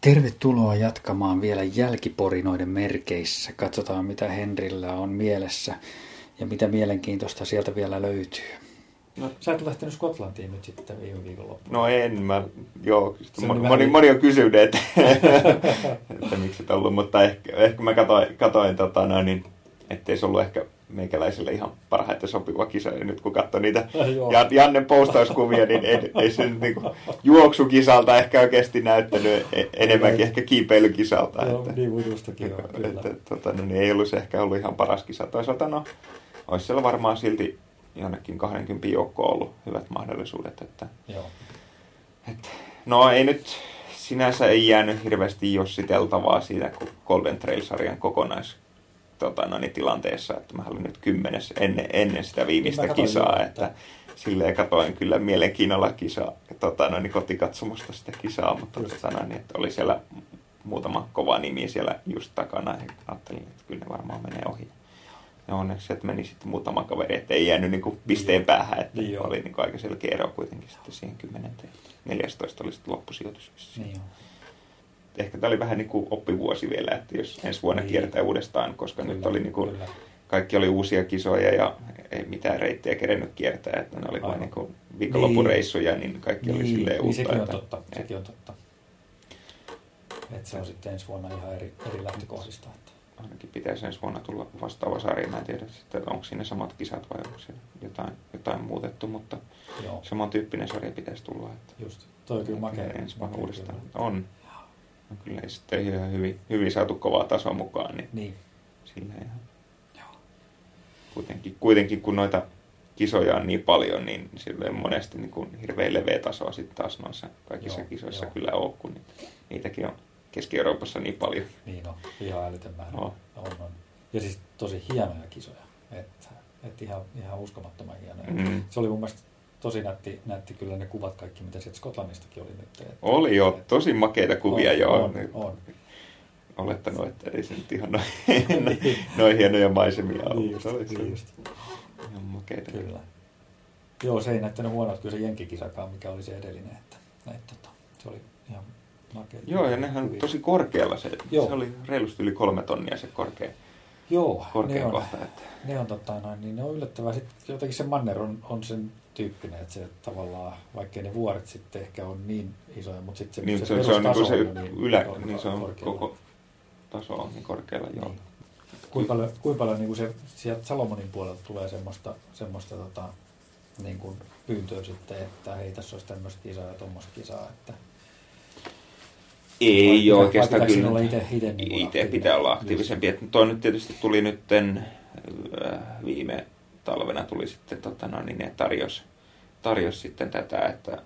Tervetuloa jatkamaan vielä jälkiporinoiden merkeissä. Katsotaan mitä Henrillä on mielessä ja mitä mielenkiintoista sieltä vielä löytyy. No, sä et lähtenyt Skotlantiin nyt sitten viime viikonloppuna. No en mä, joo. Moni on kysynyt, että miksi et ollut, mutta ehkä mä katoin ettei se ollut ehkä meikäläiselle ihan parhaiten sopiva kisa. Ja nyt kun katsoi niitä Jannen postauskuvia, niin ei se nyt niinku juoksukisalta ehkä oikeasti näyttänyt enemmänkin ehkä kiipeilykisalta. Joo, niin muidustakin on, kyllä. Niin ei ollut se ehkä ollut ihan paras kisa. Toisaalta olisi siellä varmaan silti jonnekin 20 joukkoon ollut hyvät mahdollisuudet. Ei nyt sinänsä ei jäänyt hirveästi jossiteltavaa siitä Golden Trail-sarjan tilanteessa, että mä olin nyt 10 ennen sitä viimeistä kisaa, että silleen katoin kyllä mielenkiinnolla kotikatsomusta sitä kisaa, mutta että oli siellä muutama kova nimi siellä just takana ja ajattelin, että kyllä ne varmaan menee ohi. Ja onneksi, että meni sitten muutama kaveri, että ei jäänyt niinku pisteen päähän, että oli niinku aika selkeä ero kuitenkin sitten siihen 10. 14 oli sitten loppusijoitus. Niin ehkä tämä oli vähän niin kuin oppivuosi vielä, että jos ensi vuonna kiertää uudestaan, koska nyt oli kaikki oli uusia kisoja ja ei mitään reittejä kerennyt kiertää, että ne oli vain niin viikonloppureissuja, niin kaikki oli silleen uutta. Sekin on totta. Että se on sitten ensi vuonna ihan eri lähtökohdista. Ainakin pitäisi ensi vuonna tulla vastaava sarja. Mä en tiedä, että onko siinä samat kisat vai onko siellä jotain muutettu, mutta samantyyppinen sarja pitäisi tulla. Että just, toi on kyllä makea. Ensi vuonna uudestaan. On kyllä ei sitten ihan hyvin saatu kovaa tasoa mukaan, niin. Silleen ihan. Kuitenkin kun noita kisoja on niin paljon, niin silleen monesti niin kuin hirveän leveä tasoa sitten taas noissa kaikissa kisoissa kyllä on, kun niitäkin on Keski-Euroopassa niin paljon. Niin on, ihan älytön määrä. On. Ja siis tosi hienoja kisoja, että ihan uskomattoman hienoja. Se oli mun mielestä tosi nätti kyllä ne kuvat kaikki, mitä sieltä Skotlannistakin oli nyt. Oli jo, tosi makeita kuvia on. Olettanut, että ei se nyt ihan noin hienoja maisemia ollut. Niin just. Ihan makeita. Kyllä. Joo, se ei näyttänyt huonolta kyllä se jenkkikisakaan, mikä oli se edellinen. Se oli ihan makeita. Joo, ja nehän on tosi korkealla se. Se oli reilusti yli 3 tonnia se korkea kohta. Ne on niin ne on yllättävää. Sitten jotenkin se manner on sen tyyppinen, että se tavallaan, vaikkei ne vuoret sitten ehkä on niin isoja, mutta sitten se perustaso on niin se on koko taso on niin korkealla, joo. Niin. Kuinka paljon niin kuin se sieltä Salomonin puolelta tulee semmoista niin kuin pyyntöä sitten, että hei, tässä olisi tämmöistä kisaa ja tuommoista kisaa, että ei oikeastaan kyllä. Itse pitää olla aktiivisempi. Toi nyt tietysti tuli viime talvena tuli sitten ne tarjosi sitten tätä, että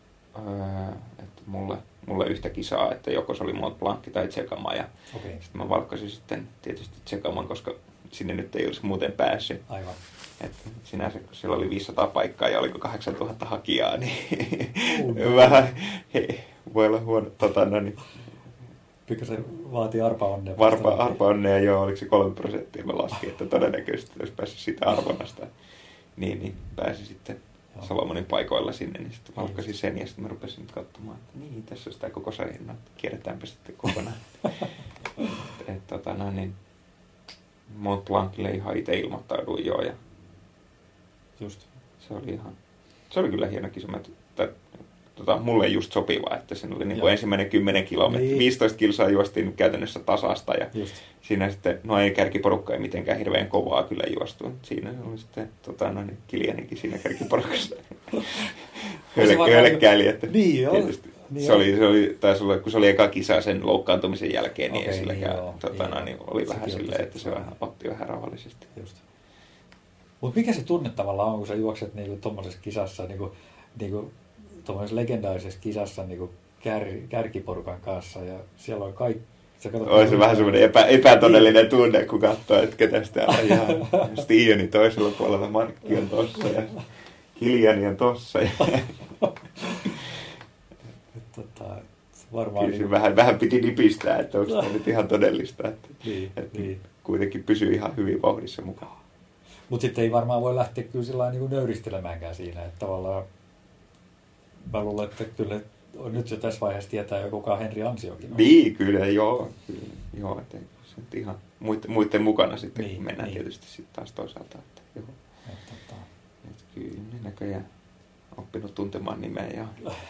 mulle yhtä kisaa, että joko se oli Mont Blanc tai Tsekama ja sitten mä valkkasin sitten tietysti Tsekaman, koska sinne nyt ei olisi muuten päässyt. Aivan. Että sinänsä, kun siellä oli 500 paikkaa ja oliko 8000 hakijaa, niin vähän voi olla huono. Pikkasen vaatii arpaonnea. Arpaonnea, joo, oliko se 3%, mä laskin, että todennäköisesti olisi päässyt siitä arvonnasta. Niin pääsi sitten Salomonin paikoilla sinne, niin sitten valkkasin sen ja sitten mä rupesin nyt katsomaan, että niin, tässä on sitä koko sarjana, kierretäänpä sitten kokonaan. niin Mont Blancille ihan itse ilmoittauduin joo ja just. Se oli kyllä hieno kisa. Mulle just sopiva, että sen oli niin kuin ensimmäinen 10 kilometriä. 15 kilsaa juostiin käytännössä tasasta ja siinä sitten, ei kärkiporukka ei mitenkään hirveän kovaa kyllä juostu. Siinä oli sitten Kilianikin siinä kärkiporukassa. Hölkkäili, että tietysti. Se oli, taisi olla, kun se oli eka kisa sen loukkaantumisen jälkeen, niin ei silläkään, niin oli vähän silleen, että se otti vähän rauhallisesti. Mutta mikä se tunne tavallaan on, kun sä juokset niinku tuommoisessa kisassa, niinku tuommoisessa legendaarisessa kisassa niinku kärkiporukan kanssa ja siellä on kaikki. On se vähän semmoinen epätodellinen tunne, kun katsoo, että ketä sitä on ihan Stioni toisella puolella, Markki on tossa ja Kiliani on tossa. Varmaan niin vähän piti nipistää, että onko tämä nyt ihan todellista, että kuitenkin pysyy ihan hyvin vauhdissa mukaan. Mutta sitten ei varmaan voi lähteä kyllä sillä niin nöyristelemäänkään siinä, että tavallaan mä luulen, että kyllä nyt jo tässä vaiheessa tietää jo kuka Henri Ansiokin on. Niin, kyllä, joo. Että se ihan muiden mukana sitten, niin, kun mennään niin. tietysti sitten taas toisaalta. Että, joo. Että kyllä ne näköjään oppinut tuntemaan nimeä. Ja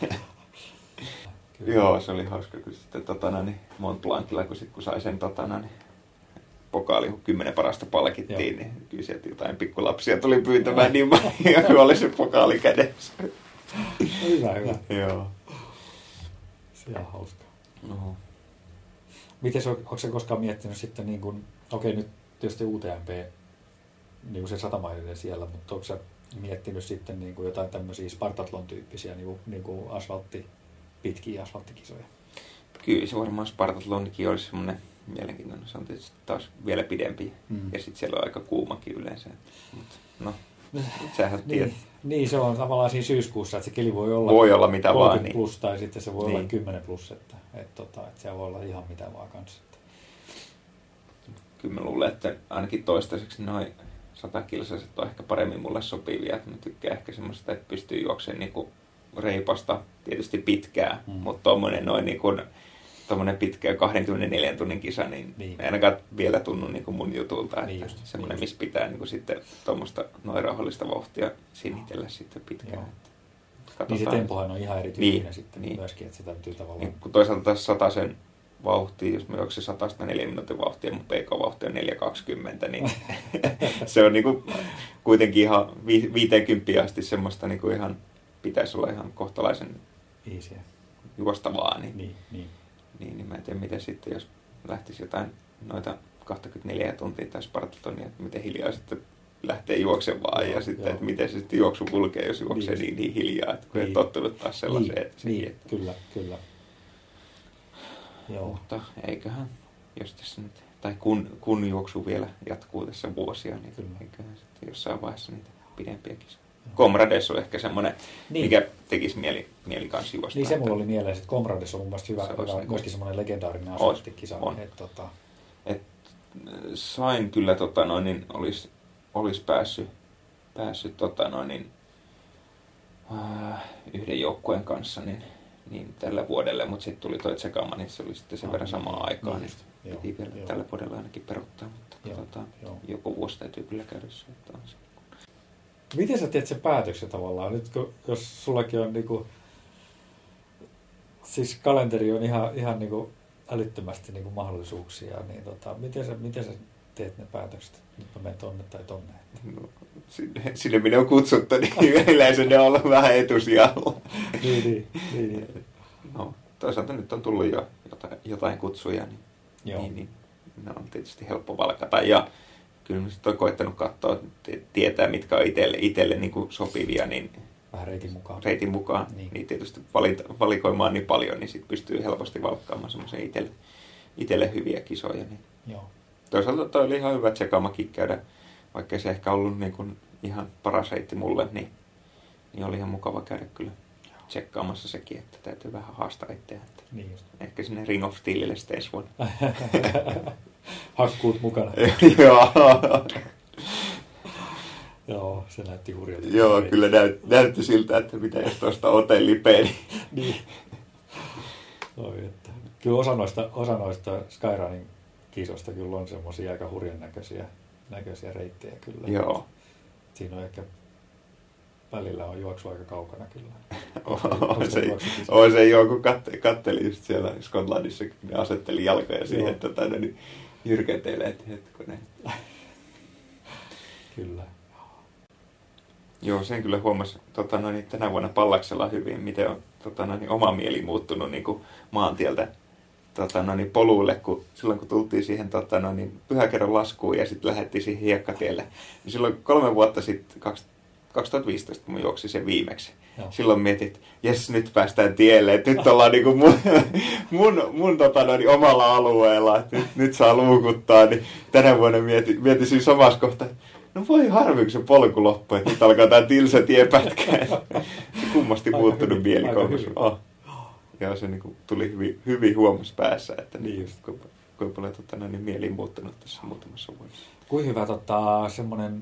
joo, se oli hauska, kun sitten Mont Blancilla, kun sai sen pokaali, kun 10 parasta palkittiin, niin kyllä sieltä jotain pikkulapsia tuli pyytämään niin ja kun oli se pokaali kädessä. Hyvä. Joo. Se on hauska. No. Mites, onko se koskaan miettinyt sitten, niin kuin, okei nyt tietysti UTMP, niin kuin se 100 mailia siellä, mutta onko se miettinyt sitten niin kuin jotain tämmöisiä Spartathlon-tyyppisiä niin kuin pitkiä asfalttikisoja? Kyllä se varmaan Spartathlonikin olisi semmoinen mielenkiintoinen. Se on tietysti taas vielä pidempi ja sitten siellä on aika kuumakin yleensä. Mutta no, sähän tiedät. Niin, se on tavallaan siinä syyskuussa, että se keli voi olla mitä 30 vaan, niin. plus tai sitten se voi olla 10 plus, että se voi olla ihan mitä vaan kanssa. Kyllä mä luulen, että ainakin toistaiseksi noin 100-kilsaiset on ehkä paremmin mulle sopivia. Että mä tykkään ehkä semmoista, että pystyy juoksemaan niinku reipasta, tietysti pitkää, mutta tommonen pitkä 24 tunnin kisa, niin ei ainakaan vielä tunnu niinku mun jutulta. Niin että semmoinen, missä pitää niinku sitten tuommoista noin rauhallista vauhtia sinitellä sitten pitkään. Niin se tempohan on ihan erityyppinen sitten myöskin, että se täytyy tavallaan. Niin, kun toisaalta taas 100 vauhtia, jos mä juoksin 104 minuutin vauhtia, mun PK-vauhti on 4.20, niin se on niinku kuitenkin ihan 50 asti semmoista niinku ihan, pitäisi olla ihan kohtalaisen juostavaa. Niin mä en tiedä, miten sitten, jos lähtisi jotain noita 24 tuntia tai Spartatlonia, että miten hiljaa sitten lähtee juoksemaan ja sitten, että miten se sitten juoksu kulkee, jos juoksee niin hiljaa, että kun ei tottunut taas sellaiseen. Että Kyllä. Joo. Mutta eiköhän, jos tässä nyt, tai kun juoksu vielä jatkuu tässä vuosia, niin eiköhän sitten jossain vaiheessa niitä pidempiä kisoja. Comrades on ehkä semmoinen, mikä tekisi mieli kanssa juosta. Niin se mulla oli mielessä, että Comrades on mun mielestä hyvä, myöskin semmoinen legendaarinen asfalttikisa. Sain kyllä, niin olisi päässyt yhden joukkueen kanssa niin tällä vuodelle, mutta sitten tuli toi Tsekama, niin se oli sitten sen verran samaan aikaan. Niin piti vielä tällä vuodella ainakin peruttaa, mutta joku vuosi täytyy kyllä käydä se. Miten sä teet sen päätöksen tavallaan? Nyt jos sullakin on niinku, siis kalenteri on ihan niinku älyttömästi niinku mahdollisuuksia, niin miten sä teet ne päätökset? Nyt mä menen tonne tai tonne. No, sinne minä on kutsuttu, niin yleensä ne on ollut vähän etusijalla. Niin. No, toisaalta nyt on tullut jo jotain kutsuja, niin ne on tietysti helppo valkata. Ja kyllä mä sitten olen koettanut katsoa, tietää mitkä on itselle niin kuin sopivia. Niin vähän reitin mukaan. Niin tietysti valikoimaan niin paljon, niin sitten pystyy helposti valkkaamaan semmoisen itselle hyviä kisoja. Niin. Joo. Toisaalta toi oli ihan hyvä Tsekamakin käydä, vaikka se ehkä ollut niin kuin ihan paras reitti mulle, niin oli ihan mukava käydä kyllä tsekkaamassa sekin, että täytyy vähän haastaa itseään. Niin just. Ehkä sinne Ring of Steelille sitten ensi vuonna. Hakkuut mukana. Joo. Joo, se näytti hurjalta. Joo, kyllä näytti siltä, että mitä jos tuosta oten lipeä. Niin. Kyllä osa noista Skyrunning kisoista kyllä on semmoisia aika hurjan näköisiä reittejä kyllä. Joo. Siinä on ehkä välillä on juoksu aika kaukana kyllä. On se joo, kun katteli just siellä Skotlannissa, kun ne asetteli jalkoja siihen, niin jyrkäteilee hetkonen. Kyllä. Joo, sen kyllä huomasi tänä vuonna Pallaksella hyvin, miten on oma mieli muuttunut niin kuin maantieltä poluille, kun silloin kun tultiin siihen Pyhäkerron laskuun ja sitten lähdettiin siihen hiekkatielle. Niin silloin 3 vuotta sitten, 2015, kun mä juoksin sen viimeksi. Joo. Silloin mietin, että jes, nyt päästään tielle, että nyt ollaan niinku mun omalla alueella, että nyt saa luukuttaa. Niin tänä vuonna mietin siinä samassa kohtaa, no voi harvi, kun se polku loppui, että nyt alkaa tää tylsä tiepätkä. Kummasti muuttunut mielikoulussa. Ja se niinku tuli hyvin huomassa päässä, että niin kuinka paljon mieli muuttunut tässä muutamassa vuodessa. Kuinka hyvä semmoinen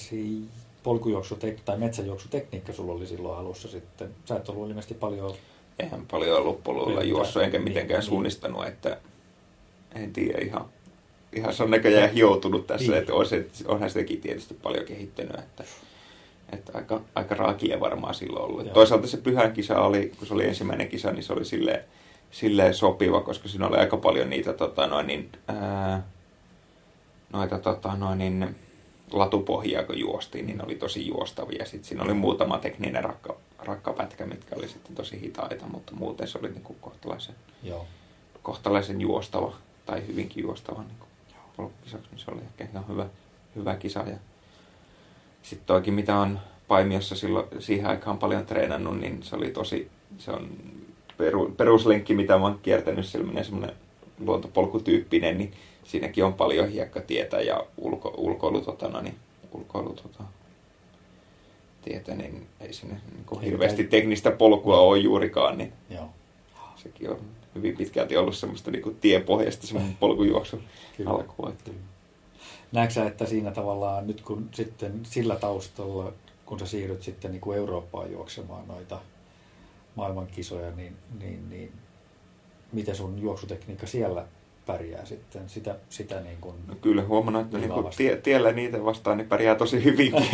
mielestäsi polkujuoksu tai metsäjuoksutekniikka sulla oli silloin alussa sitten? Sä et ollut ilmeisesti paljon eihän paljon ollut poluilla juossut, enkä mitenkään suunnistanut, että en tiedä ihan se on näköjään hioutunut tässä, että onhan sitäkin tietysti paljon kehittynyt, että aika raakia varmaan silloin ollut. Toisaalta se Pyhän kisa oli, kun se oli ensimmäinen kisa, niin se oli silleen sopiva, koska siinä oli aika paljon niitä latupohjaa, kun juostiin, niin ne oli tosi juostavia. Sitten siinä oli muutama tekninen rakkapätkä, mitkä oli sitten tosi hitaita, mutta muuten se oli niin kuin kohtalaisen juostava tai hyvinkin juostava niin polkukisaksi, niin se oli ehkä ihan hyvä kisa. Ja sitten toikin, mitä on Paimiossa silloin siihen aikaan paljon treenannut, niin se on peruslenkki, mitä mä oon kiertänyt, siellä menee semmoinen luontopolkutyyppinen, niin siinäkin on paljon hiekkatietä ja tietä, niin ei sinne niin hirveästi teknistä polkua ole juurikaan, niin sekin on hyvin pitkälti ollut semmoista niin kuin tiepohjasta semmoinen polkujuoksu alkua. Näetkö sä, että siinä tavallaan nyt kun sitten sillä taustalla, kun sä siirryt sitten niin kuin Eurooppaan juoksemaan noita maailmankisoja, niin miten sun juoksutekniikka siellä pärjää sitten sitä niin kuin... No kyllä huomannut, että niin tiellä niitä vastaan niin pärjää tosi hyvinkin.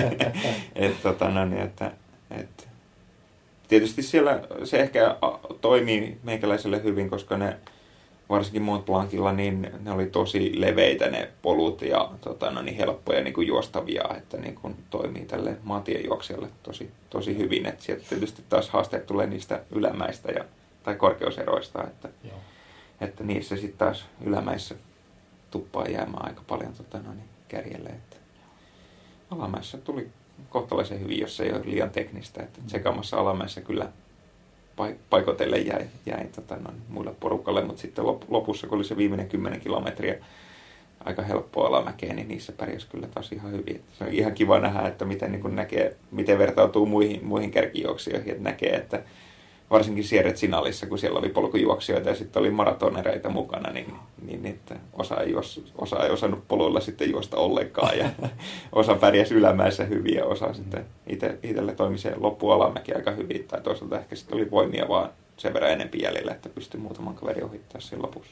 Tietysti siellä se ehkä toimii meikäläiselle hyvin, koska ne varsinkin Mont Blancilla niin ne oli tosi leveitä ne polut ja helppoja niin kuin juostavia, että niin kuin toimii tälle maantiejuoksijalle tosi hyvin. Että sieltä tietysti taas haasteet tulee niistä ylämäistä tai korkeuseroista, että niissä sitten taas ylämäissä tuppaa jäämään aika paljon kärjelle. Että alamäessä tuli kohtalaisen hyvin, jos ei ole liian teknistä. Että tsekamassa alamäessä kyllä paikotelle jäi muille porukalle, mutta sitten lopussa, kun oli se viimeinen 10 kilometriä aika helppoa alamäkeä, niin niissä pärjäsi kyllä taas ihan hyvin. Että se on ihan kiva nähdä, että miten, niin näkee, miten vertautuu muihin kärkijuoksijoihin, että näkee, että varsinkin Sierre-Zinalissa, kun siellä oli polkujuoksijoita ja sitten oli maratonereita mukana, niin että osa ei osannut poluilla sitten juosta ollenkaan ja osa pärjäsi ylämäessä hyvin ja osa sitten itselle toimi se loppualamäki aika hyvin. Tai toisaalta ehkä sitten oli voimia vaan sen verran enemmän jäljellä, että pystyi muutaman kaverin ohittaa siinä lopussa.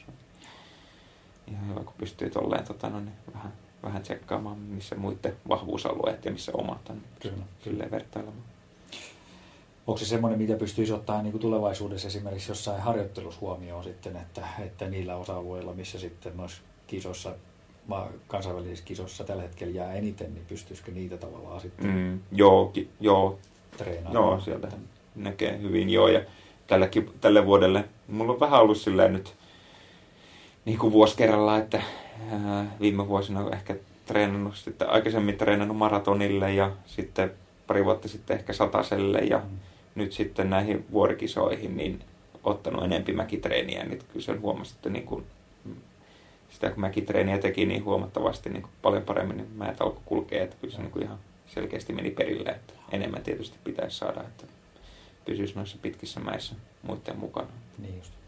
Ihan hyvä, kun pystyy tolleen vähän tsekkaamaan, missä muiden vahvuusalueet ja missä omat on silleen vertailemaan. Onko se semmoinen, mitä pystyisi ottaa niin kuin tulevaisuudessa esimerkiksi jossain harjoittelussa huomioon sitten, että niillä osa-alueilla, missä sitten noissa kisoissa, kansainvälisissä kisoissa tällä hetkellä jää eniten, niin pystyisikö niitä tavallaan sitten treenaamaan? Joo, sieltä näkee hyvin, ja tälle vuodelle mulla on vähän ollut silleen nyt niin kuin vuosi kerrallaan, että viime vuosina olen ehkä aikaisemmin treenannut maratonille ja sitten pari vuotta sitten ehkä sataselle ja nyt sitten näihin vuorikisoihin niin ottanut enempi mäkitreeniä. Nyt kyllä sen huomasi, että niin kun sitä kun mäkitreeniä teki niin huomattavasti niin paljon paremmin, niin mäet alkoi kulkea, että kyllä se niin ihan selkeästi meni perille. Että enemmän tietysti pitäisi saada, että pysyisi noissa pitkissä mäissä muiden mukana. Niin just.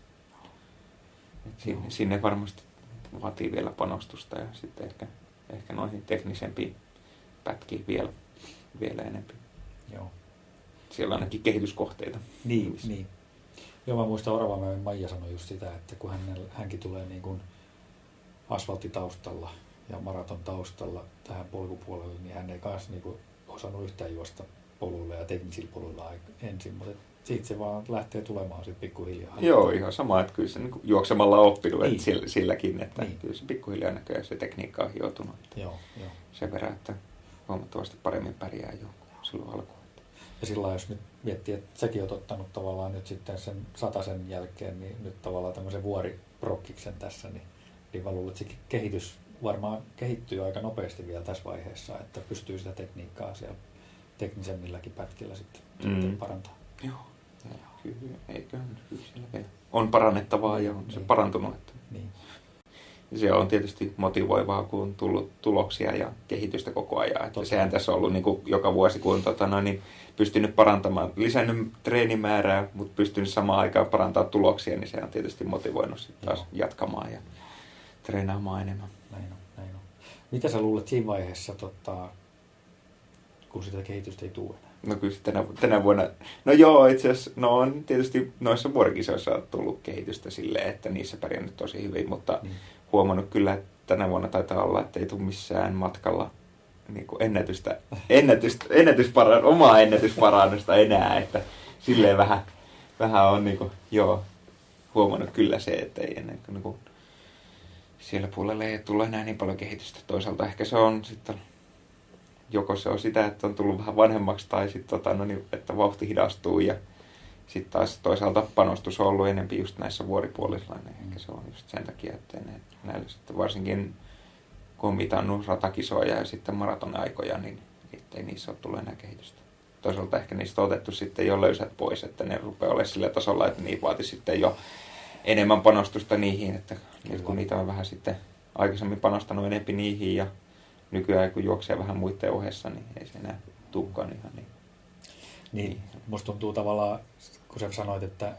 Sinne varmasti vaatii vielä panostusta ja sitten ehkä noihin teknisempiin pätkiin vielä enemmän. Joo. Siellä on ainakin kehityskohteita. Niin. Joo, mä muistan Oravamäen Maija sanoi just sitä, että kun hänkin tulee niin kuin asfalttitaustalla ja maraton taustalla tähän polkupuolelle, niin hän ei kanssa niin kuin osannut yhtään juosta poluilla ja teknisillä poluilla ensin, mutta siitä se vaan lähtee tulemaan sitten pikkuhiljaa. Joo, ihan sama, että kyllä se niin juoksemalla on oppinut, niin. Että silläkin, että niin. Kyllä se pikkuhiljaa näköjään se tekniikka on hioutunut. Joo. Sen verran, että huomattavasti paremmin pärjää jo silloin alkuun. Ja sillä jos nyt miettii, että säkin olet ottanut tavallaan nyt sitten sen satasen jälkeen, niin nyt tavallaan tämmöisen vuoriprokkiksen tässä, niin mä luulen, että se kehitys varmaan kehittyy aika nopeasti vielä tässä vaiheessa, että pystyy sitä tekniikkaa siellä teknisemmilläkin pätkillä sitten parantaa. Joo, kyllä, eiköhän siellä vielä on parannettavaa ja on se parantunut. Että. Niin. Se on tietysti motivoivaa, kun on tullut tuloksia ja kehitystä koko ajan. Että sehän tässä on ollut niin kuin joka vuosi, kun on niin pystynyt parantamaan, lisännyt treenimäärää, mutta pystynyt samaan aikaan parantamaan tuloksia, niin se on tietysti motivoinut sitten taas jatkamaan ja treenaamaan enemmän. Näin on. Mitä sä luulet siinä vaiheessa, kun sitä kehitystä ei tule enää? No kyllä tänä vuonna, no joo itse asiassa, no on tietysti noissa vuorikisoissa on tullut kehitystä silleen, että niissä pärjännyt tosi hyvin, mutta huomannut kyllä, että tänä vuonna taitaa olla, että ei tule missään matkalla niin kuin omaa ennätysparannusta enää, että silleen vähän on niin kuin, joo, huomannut kyllä se, että ei ennen kuin, siellä puolella ei tule enää niin paljon kehitystä. Toisaalta ehkä se on sitten, joko se on sitä, että on tullut vähän vanhemmaksi tai sitten että vauhti hidastuu ja sitten taas toisaalta panostus on ollut enemmän just näissä vuoripuolisilla, niin ehkä se on just sen takia, että näillä sitten varsinkin kun on mitannut ratakisoja ja sitten maratonaikoja, niin ei niissä ole tullut enää kehitystä. Toisaalta ehkä niistä on otettu sitten jo löysät pois, että ne rupeaa olemaan sillä tasolla, että niin vaati sitten jo enemmän panostusta niihin, että nyt kun niitä on vähän sitten aikaisemmin panostanut enemmän niihin ja nykyään kun juoksee vähän muiden ohessa, niin ei se enää tulekaan ihan niin. Niin, musta tuntuu tavallaan, kun sä sanoit, että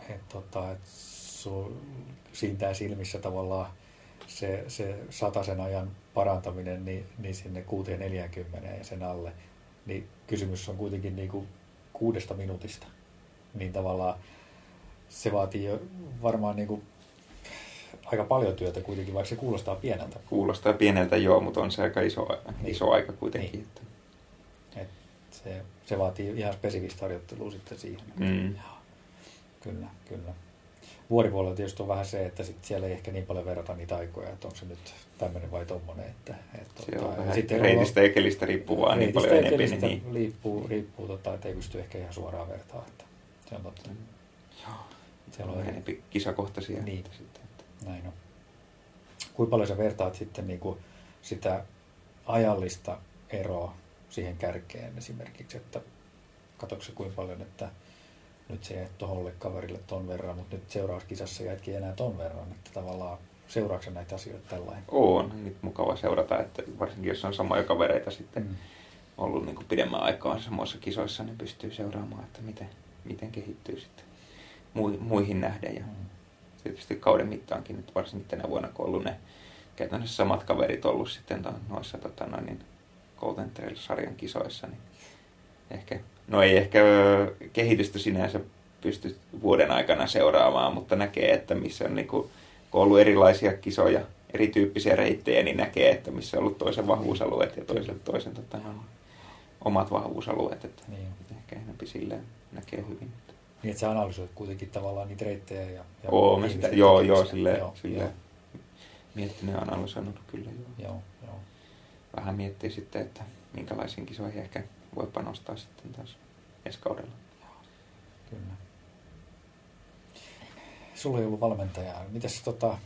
siintää silmissä tavallaan se 100 ajan parantaminen niin sinne 6:40 ja sen alle, niin kysymys on kuitenkin niin kuin 6 minuutista. Niin tavallaan se vaatii jo varmaan niin kuin aika paljon työtä kuitenkin, vaikka se kuulostaa pieneltä. Kuulostaa pieneltä joo, mutta on se aika iso aika kuitenkin. Niin. Että se vaatii ihan spesifistä harjoittelua sitten siihen. Kyllä. Vuoripuolella tietysti on vähän se, että sit siellä ei ehkä niin paljon verrata niitä aikoja, että onko se nyt tämmöinen vai tommoinen. Se on vähän reitistä ja kelistä riippuu vaan niin paljon enemmän. Niin. Riippuu että ei pysty ehkä ihan suoraan vertaa. Että se on totta. Siellä on enemmän kisakohtaisia. Niin. Näin on. Kuinka paljon sä vertaat sitten niinku sitä ajallista eroa siihen kärkeen esimerkiksi, että katsotko se kuinka paljon, että nyt se jäit tuolle kaverille ton verran, mutta nyt seuraavassa kisassa jäitkin enää ton verran, että tavallaan seuraatko näitä asioita tällainen? On nyt mukava seurata, että varsinkin jos on samoja kavereita sitten ollut niin kuin pidemmän aikaa samoissa kisoissa, niin pystyy seuraamaan, että miten kehittyy sitten muihin nähden ja tietysti kauden mittaankin nyt varsinkin tänä vuonna, kun on ollut ne käytännössä samat kaverit ollut sitten noissa Golden Trail-sarjan kisoissa, niin ei ehkä kehitystä sinänsä pysty vuoden aikana seuraamaan, mutta näkee, että missä on, niin kun on ollut erilaisia kisoja, erityyppisiä reittejä, niin näkee, että missä on ollut toisen vahvuusalueet ja toisen omat vahvuusalueet. Että ehkä enemmän silleen näkee hyvin. Niin, että sä analysoit kuitenkin tavallaan niitä reittejä ja silleen miettinyt ja analysoinut kyllä. Joo. Vähän miettii sitten, että minkälaisiin kisoihin ehkä voi panostaa sitten taas ensi kaudella. Kyllä. Sulla ei ollut valmentajaa. Mites se on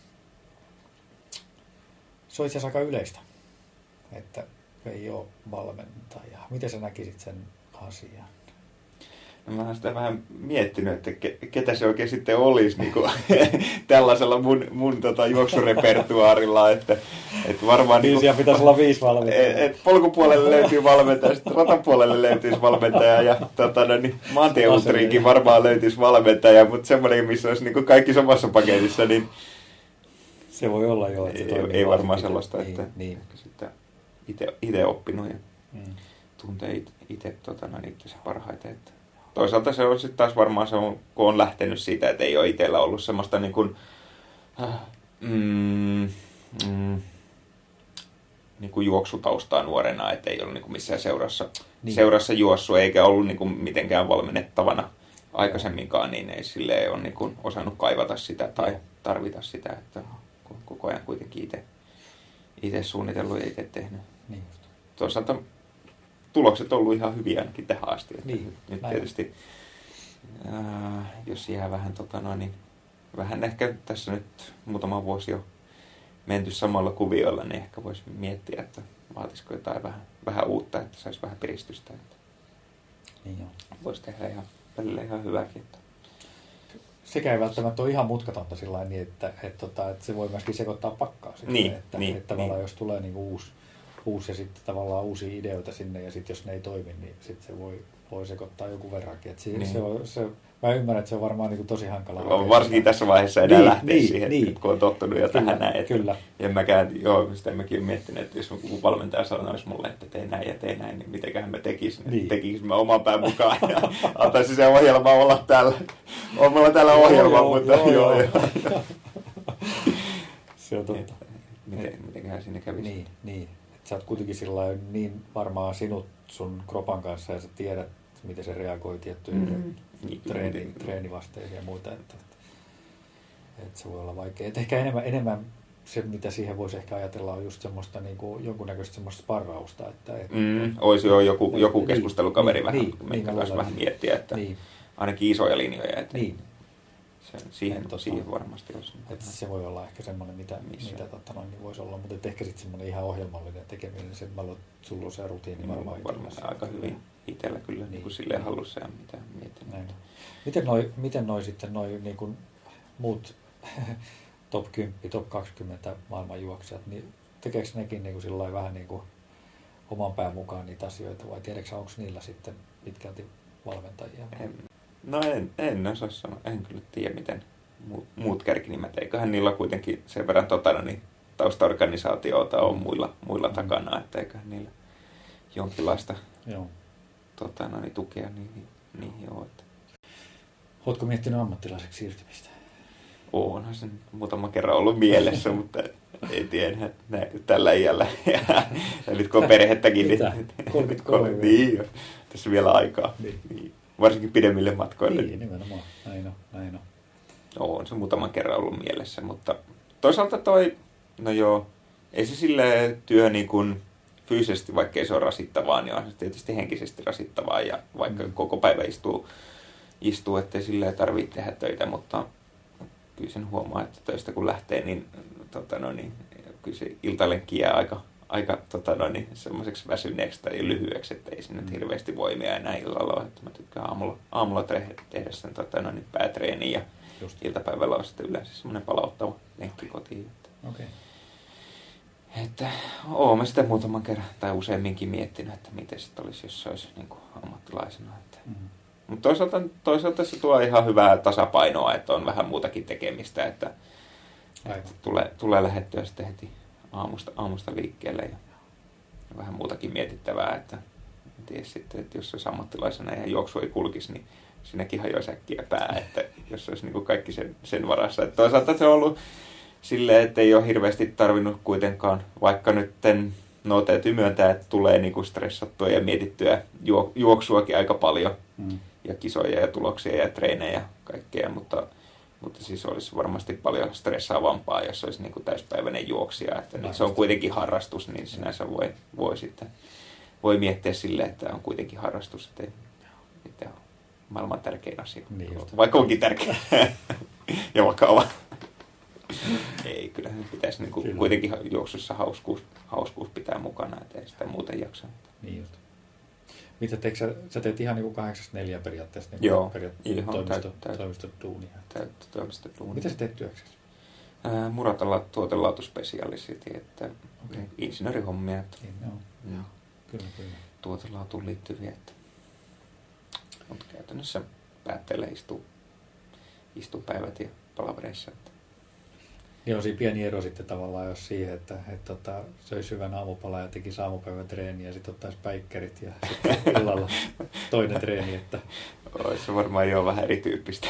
itse asiassa aika yleistä, että ei ole valmentajaa. Miten sä näkisit sen asian? No, mä oon sitä vähän miettinyt, että ketä se oikein sitten olisi niin kuin, tällaisella mun juoksurepertuaarilla, että varmaan... Niin siellä pitäisi olla 5 valmentajaa. Polkupuolelle löytyy valmentaja, sitten ratapuolelle löytyisi valmentaja ja maantieultriinkin varmaan löytyisi valmentaja, mutta semmoinen, missä olisi niin kuin kaikki samassa paketissa, niin... Se voi olla jo. Ei varmaan sellaista, että ehkä sitten itse oppinut ja tuntee itse itse parhaiten, että... Toisaalta se on sitten taas varmaan se, kun on lähtenyt siitä, että ei ole itsellä ollut semmoista niin kuin juoksutaustaa nuorena, että ei ollut niin kuin missään seurassa juossut eikä ollut niin kuin mitenkään valmennettavana aikaisemminkaan, niin ei silleen ole niin kuin osannut kaivata sitä tai tarvita sitä, että koko ajan kuitenkin itse suunnitellut ja itse tehnyt. Niin. Toisaalta tulokset on ollut ihan hyviä ainakin tähän asti. Nyt tietysti, jos jää vähän, vähän ehkä tässä nyt muutama vuosi jo menty samalla kuviolla, niin ehkä voisi miettiä, että vaatisiko jotain vähän uutta, että saisi vähän piristystä. Että voisi tehdä välillä ihan hyvääkin. Että. Sekä ei välttämättä ole ihan mutkatonta sillä niin, että se voi myöskin sekoittaa pakkaa. Että jos tulee niinku uusi ja sitten tavallaan uusia ideoita sinne ja sitten jos ne ei toimi, niin sitten se voi sekoittaa joku verrankin. Se Mä ymmärrän, että se on varmaan niin tosi hankalaa. Varsinkin tässä vaiheessa enää lähteä siihen, kun on tottunut jo tähän näin. Kyllä. Ja sitä mäkin olen miettinyt, että jos valmentaja sanoisi mulle, että tee näin, niin mitenköhän mä tekisin. Niin. Tekisin mä oman pään mukaan ja antaisin se ohjelma olla täällä. On mulla täällä ohjelma, mutta joo. Se on totta. Mitenköhän siinä kävisi? Niin. Sä oot kuitenkin niin varmaan sun kropan kanssa ja sä tiedät, miten se reagoi tiettyihin treenivasteihin ja muuta. Että se voi olla vaikea. Et ehkä enemmän se, mitä siihen voisi ehkä ajatella, on just semmoista jonkunnäköistä semmoista sparrausta. Olisi jo joku keskustelukaveri vähän miettiä, että ainakin isoja linjoja. Että siihen varmasti olisi. Että se voi olla ehkä semmoinen, mitä niin voisi olla, mutta ehkä sitten semmoinen ihan ohjelmallinen tekeminen, niin se sulla on se rutiini varmaan aika hyvin itsellä kyllä niin silleen hallussa ja mitä miettinyt. Miten noi sitten niin kuin muut top 10, top 20 maailmanjuoksijat, niin tekeekö nekin niin kuin sillain vähän niin kuin oman pään mukaan niitä asioita vai tiedätkö onko niillä sitten pitkälti valmentajia? En osaa sanoa. En kyllä tiedä, miten muut kärkinimet. Eiköhän niillä kuitenkin sen verran taustaorganisaatiota on muilla takana, että eiköhän niillä jonkinlaista tukea niihin ole. Oletko miettinyt ammattilaiseksi siirtymistä? Onhan se muutama kerran ollut mielessä, mutta ei tiedä tällä iällä. Ja nyt kun on perhettäkin, niin 33 niin, tässä vielä aikaa. Niin. Varsinkin pidemmille matkoille. Niin, nimenomaan. Näin on. On se muutaman kerran ollut mielessä, mutta toisaalta ei se silleen työ niin kuin fyysisesti, vaikkei se ole rasittavaa, niin on se tietysti henkisesti rasittavaa ja vaikka koko päivä istuu, ettei silleen tarvitse tehdä töitä, mutta kyllä sen huomaa, että töistä kun lähtee, niin kyllä se iltalenkki jää aika semmoiseksi väsyneeksi tai lyhyeksi, että ei sinne hirveästi voimia enää illalla ole. Että mä tykkään aamulla tehdä sen päätreeniin ja iltapäivällä on sitten yleensä semmoinen palauttava lenkki kotiin. Okay. Että oon mä sitä muutaman kerran tai useamminkin miettinyt, että miten sitten olisi, jos se olisi niin kuin ammattilaisena. Mutta toisaalta se tuo ihan hyvää tasapainoa, että on vähän muutakin tekemistä, että tulee lähdettyä sitten heti aamusta liikkeelle ja vähän muutakin mietittävää, että en tiedä sitten, että jos olisi ammattilaisena ja juoksu ei kulkisi, niin siinäkin hajoisi äkkiä pää, että jos olisi niin kuin kaikki sen varassa. Että toisaalta se on ollut silleen, että ei ole hirveästi tarvinnut kuitenkaan, vaikka nyt täytyy myöntää, että tulee niin kuin stressattua ja mietittyä juoksuakin aika paljon ja kisoja ja tuloksia ja treenejä ja kaikkea, mutta siis olisi varmasti paljon stressaavampaa, jos olisi niin kuin täyspäiväinen juoksija. Että nyt se on kuitenkin harrastus, niin sinänsä voi miettiä silleen, että on kuitenkin harrastus, että ei ole maailman tärkein asia. Niin vaikka onkin tärkeä ja vakava. Ei, kyllähän pitäisi niin kuin kuitenkin juoksussa hauskuus pitää mukana, ettei sitä muuten jaksa. Niin just. Mitä sä teet ihan niin kuin 8-4 periaatteessa? Niin joo, toimistoduunia. Toimistoduunia. Mitä sä teet työksesi? Muratalla tuotelaatuspesialisiti, että insinöörihommia. Joo. Kyllä. Tuotelaatuun liittyviä. Mutta käytännössä päätteellä istuu päivät ja palavereissa. Niin on siinä pieni ero sitten tavallaan jos siihen, että söisi hyvän aamupalan ja tekisi aamupäivän treeniä ja sitten ottaisi päikkärit ja sitten illalla toinen treeni. Että olisi se varmaan jo vähän erityyppistä.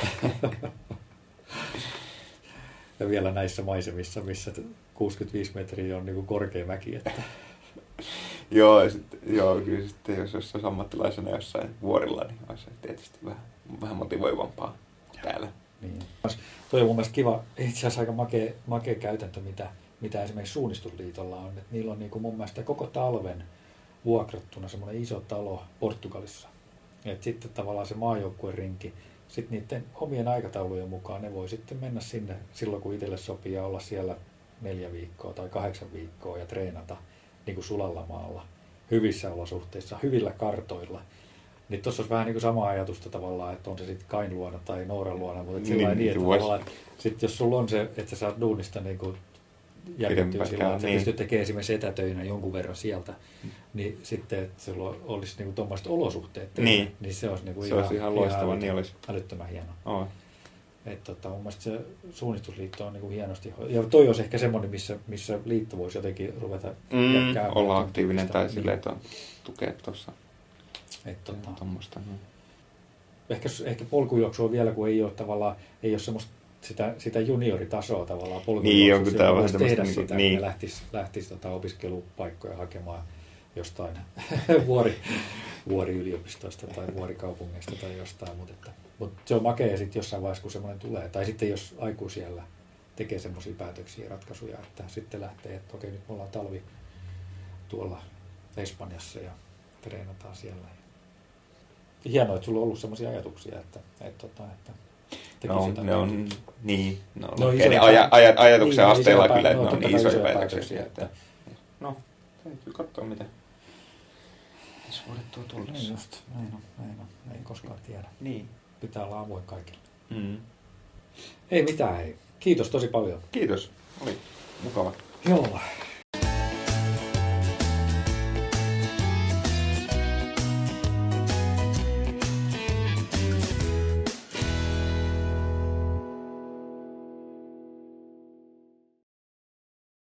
Ja vielä näissä maisemissa, missä 65 metriä on niin kuin korkea mäki. Että Joo, kyllä sitten jos olisi ammattilaisena jossain vuorilla, niin olisi tietysti vähän motivoivampaa täällä. Niin. Toi on mun mielestä kiva, itse asiassa aika makea käytäntö, mitä esimerkiksi Suunnistusliitolla on. Että niillä on niin kuin mun mielestä koko talven vuokrattuna semmoinen iso talo Portugalissa. Et sitten tavallaan se maajoukkuerinki, sitten niiden omien aikataulujen mukaan ne voi sitten mennä sinne silloin, kun itselle sopii ja olla siellä 4 viikkoa tai 8 viikkoa ja treenata niin kuin sulalla maalla, hyvissä olosuhteissa, hyvillä kartoilla. Niin tuossa olisi vähän niin kuin sama ajatusta tavallaan, että on se sitten Kainluona tai Nooran luona, mutta sillä niin, että tavallaan, sit jos sulla on se, että sä saat duunista niin kuin järkyttyy sillä, että pystyy tekemään esimerkiksi etätöinä jonkun verran sieltä, niin sitten, että sulla olisi niinku tuommoiset olosuhteet, niin se olisi niinku ihan loistava, niin olisi älyttömän hienoa. Oh. Mun mielestä se suunnistusliitto on niinku hienosti, ja toi olisi ehkä semmoinen, missä liitto voisi jotenkin ruveta olla aktiivinen tai silleen, että tukea tuossa tuommoista. Ehkä polkujuoksu on vielä, kun ei ole semmoista sitä junioritasoa tavallaan polkujuoksussa, joka voisi tehdä sitä, ja lähtisi opiskelupaikkoja hakemaan jostain vuoriyliopistosta tai vuorikaupungeista tai jostain, mutta se on makea sitten jossain vaiheessa, kun semmoinen tulee. Tai sitten jos aikuisiellä tekee semmoisia päätöksiä ja ratkaisuja, että sitten lähtee, että okei, nyt me ollaan talvi tuolla Espanjassa ja treenataan siellä. Hienoa, että sulla on ollut semmoisia ajatuksia, että ne on ajatuksen asteella kyllä, että ne on niin isoja päätöksiä. Täytyy katsoa, mitä tässä vuodet tuo tullessa. Niin just, ei koskaan tiedä. Niin. Pitää olla avoin kaikille. Ei mitään, hei. Kiitos tosi paljon. Kiitos, oli mukava. Joo.